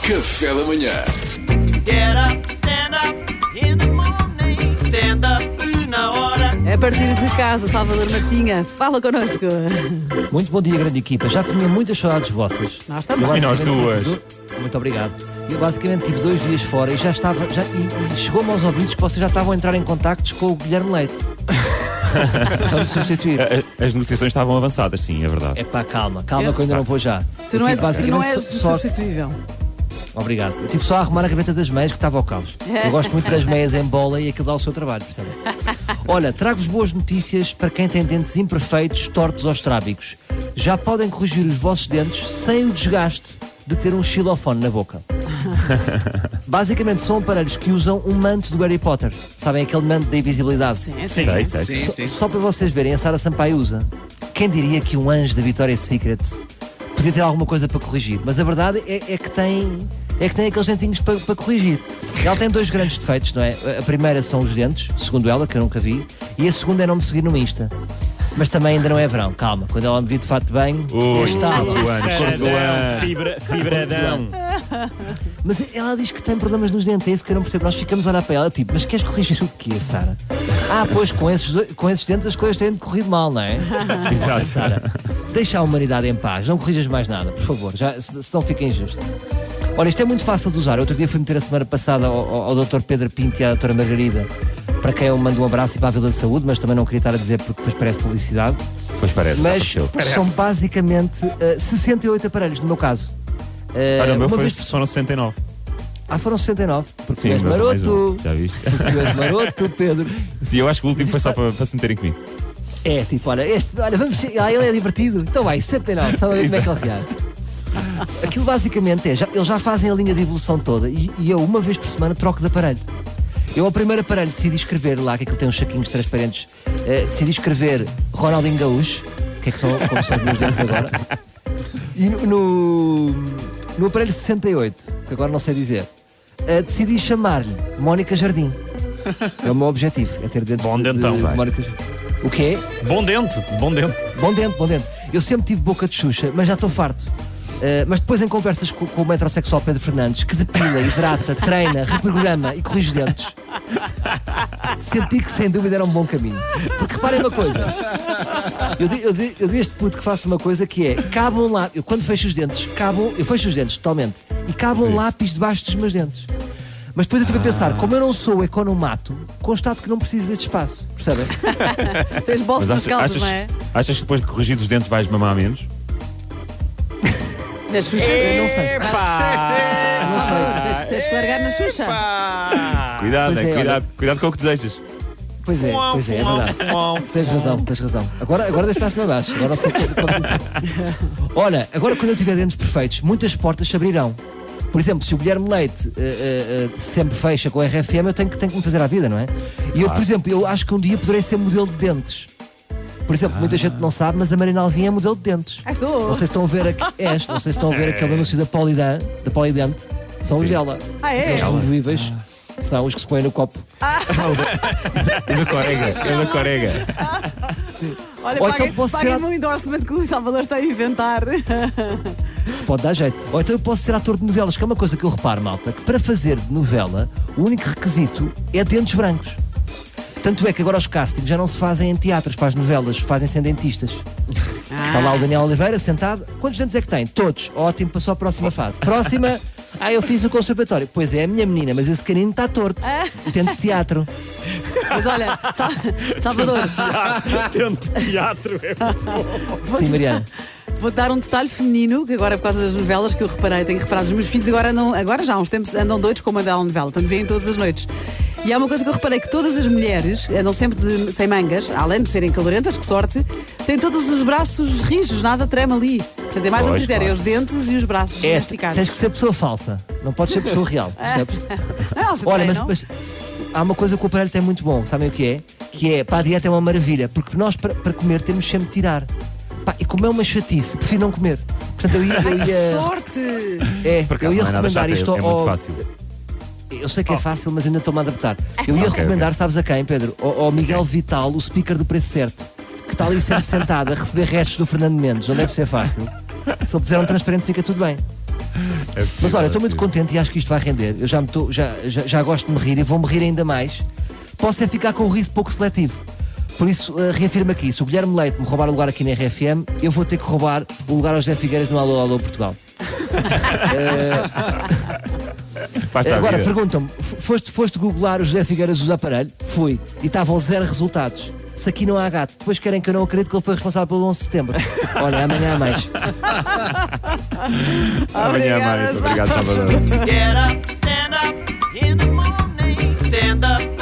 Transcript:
Café da manhã. Get up, stand up in the morning. Stand up na hora. A partir de casa, Salvador Martinha, fala connosco. Muito bom dia, grande equipa. Já tinha muitas saudades vossas. Nós também. Eu E nós basicamente duas. Muito obrigado. Eu basicamente tive 2 dias fora e já estava. E chegou-me aos ouvidos que vocês já estavam a entrar em contactos com o Guilherme Leite. Para me substituir. As negociações estavam avançadas, sim, é verdade. É pá, calma que eu ainda não vou já. Tu não Eu és, tive tu não basicamente és substituível. Obrigado. Eu tive só a arrumar a gaveta das meias que estava ao caos. Eu gosto muito das meias em bola e aquilo dá o seu trabalho, percebem? Olha, trago-vos boas notícias para quem tem dentes imperfeitos, tortos ou estrábicos. Já podem corrigir os vossos dentes sem o desgaste de ter um xilofone na boca. Basicamente são aparelhos que usam um manto do Harry Potter. Sabem aquele manto da invisibilidade? Sei. Só para vocês verem, a Sara Sampaio usa. Quem diria que um anjo da Victoria's Secret podia ter alguma coisa para corrigir? Mas a verdade é que tem aqueles dentinhos para corrigir. Ela tem 2 grandes defeitos, não é? A primeira são os dentes, segundo ela, que eu nunca vi, e a segunda é não me seguir no Insta. Mas também ainda não é verão, calma. Quando ela me vir de fato de banho, está Fibradão. Mas ela diz que tem problemas nos dentes, é isso que eu não percebo. Nós ficamos a olhar para ela, tipo, mas queres corrigir o quê, Sara? Pois com esses dentes as coisas têm decorrido mal, não é? Exato. Sara, deixa a humanidade em paz, não corrijas mais nada, por favor, senão fica injusto. Olha, isto é muito fácil de usar. Outro dia fui meter a semana passada ao Dr. Pedro Pinto e à Dra. Margarida, para quem eu mando um abraço e para a Vila da Saúde, mas também não queria estar a dizer porque depois parece publicidade. Pois parece. Mas são basicamente 68 aparelhos, no meu caso. Olha, o meu uma foi, vez... foram 69. Foram 69, porque Sim, tu és mas mais maroto. Já viste? Tu és maroto, Pedro. Sim, eu acho que o último foi só Existe- para se meterem comigo. É, tipo, olha, vamos. Ele é divertido. Então vai, 79, sabe ver como é que ele reage. Aquilo basicamente eles já fazem a linha de evolução toda e eu, uma vez por semana, troco de aparelho. Eu, ao primeiro aparelho, decidi escrever lá, que aquilo tem uns saquinhos transparentes, decidi escrever Ronaldinho Gaúcho, que é que são, como são os meus dentes agora. E no aparelho 68, que agora não sei dizer, decidi chamar-lhe Mónica Jardim. É o meu objetivo, é ter dentes Bom de dentão, vai. Mónica Jardim. O quê? Bom dente. Bom dente. Eu sempre tive boca de Xuxa, mas já estou farto. Mas depois, em conversas com o metrosexual Pedro Fernandes, que depila, hidrata, treina, reprograma e corrige dentes, senti que sem dúvida era um bom caminho. Porque reparem uma coisa, eu digo a este puto que faço uma coisa que é: cabe um lápis, eu quando fecho os dentes, eu fecho os dentes totalmente e cabe um lápis debaixo dos meus dentes. Mas depois eu estive a pensar, como eu não sou economato, constato que não preciso deste espaço, percebem? Tens bolsos Mas nas calças, não é? achas que depois de corrigir os dentes vais mamar menos? Na Xuxa. Eu não sei. Salvador, tens de largar na Xuxa. Cuidado, Pois é, cuidado com o que desejas. Pois é verdade. Tens razão. Agora deixaste-me abaixo. Agora não sei como dizer. Olha, agora quando eu tiver dentes perfeitos, muitas portas se abrirão. Por exemplo, se o Guilherme Leite sempre fecha com a RFM, eu tenho que me fazer à vida, não é? E eu, por exemplo, eu acho que um dia poderei ser modelo de dentes. Por exemplo, muita gente não sabe, mas a Marina Alvim é modelo de dentes. Sou. Não sei se estão a ver não sei se estão a ver aquele anúncio da Polidente. São os dela. É? Aqueles removíveis são os que se põem no copo. É da Corega. Olha, Ou então posso paguem-me ser- um endorsement que o Salvador está a inventar. Pode dar jeito. Ou então eu posso ser ator de novelas, que é uma coisa que eu reparo, malta, que para fazer de novela, o único requisito é dentes brancos. Tanto é que agora os castings já não se fazem em teatros para as novelas, fazem sem dentistas. Está lá o Daniel Oliveira sentado. Quantos dentes é que tem? Todos. Ótimo, passou à próxima fase. Próxima, eu fiz o conservatório. Pois é, a minha menina, mas esse canino está torto. Tente teatro. Mas olha, Salvador, Dente de teatro é Sim, Mariana. vou-te dar um detalhe feminino, que agora por causa das novelas que eu reparei, tenho reparado, os meus filhos agora já há uns tempos andam doidos com uma novela, portanto vêm todas as noites. E há uma coisa que eu reparei, que todas as mulheres andam sempre sem mangas, além de serem calorentas, que sorte, têm todos os braços rijos, nada trema ali. Portanto, é mais um Pois, critério, claro. os dentes e os braços masticados. Tens que ser pessoa falsa. Não podes ser pessoa real, percebes? Não, eles Olha, treinam. mas há uma coisa que o aparelho tem muito bom, sabem o que é? Que é, para a dieta é uma maravilha, porque nós para comer temos sempre de tirar. E como é uma chatice, prefiro não comer. Portanto, eu ia Sorte! Por acaso eu ia não é nada recomendar chato, isto é ao... muito fácil. Eu sei que é fácil, mas ainda estou-me a adaptar. Eu ia recomendar, sabes a quem, Pedro? Ao Miguel Vital, o speaker do Preço Certo, que está ali sempre sentado a receber restos do Fernando Mendes. Não deve ser fácil. Se ele puser um transparente, fica tudo bem. Mas olha, estou muito contente e acho que isto vai render. Eu já gosto de me rir e vou-me rir ainda mais. Posso é ficar com um riso pouco seletivo. Por isso, reafirmo aqui, se o Guilherme Leite me roubar o lugar aqui na RFM, eu vou ter que roubar o lugar ao José Figueiras no Alô Alô Portugal. Agora, perguntam-me, foste googlar o José Figueiras dos aparelhos? Fui. E estavam 0 resultados. Se aqui não há gato, depois querem que eu não acredite que ele foi responsável pelo 11 de setembro. Olha, amanhã há mais. Amanhã há mais. Obrigado, Salvador. Get up, stand up in the morning. Stand up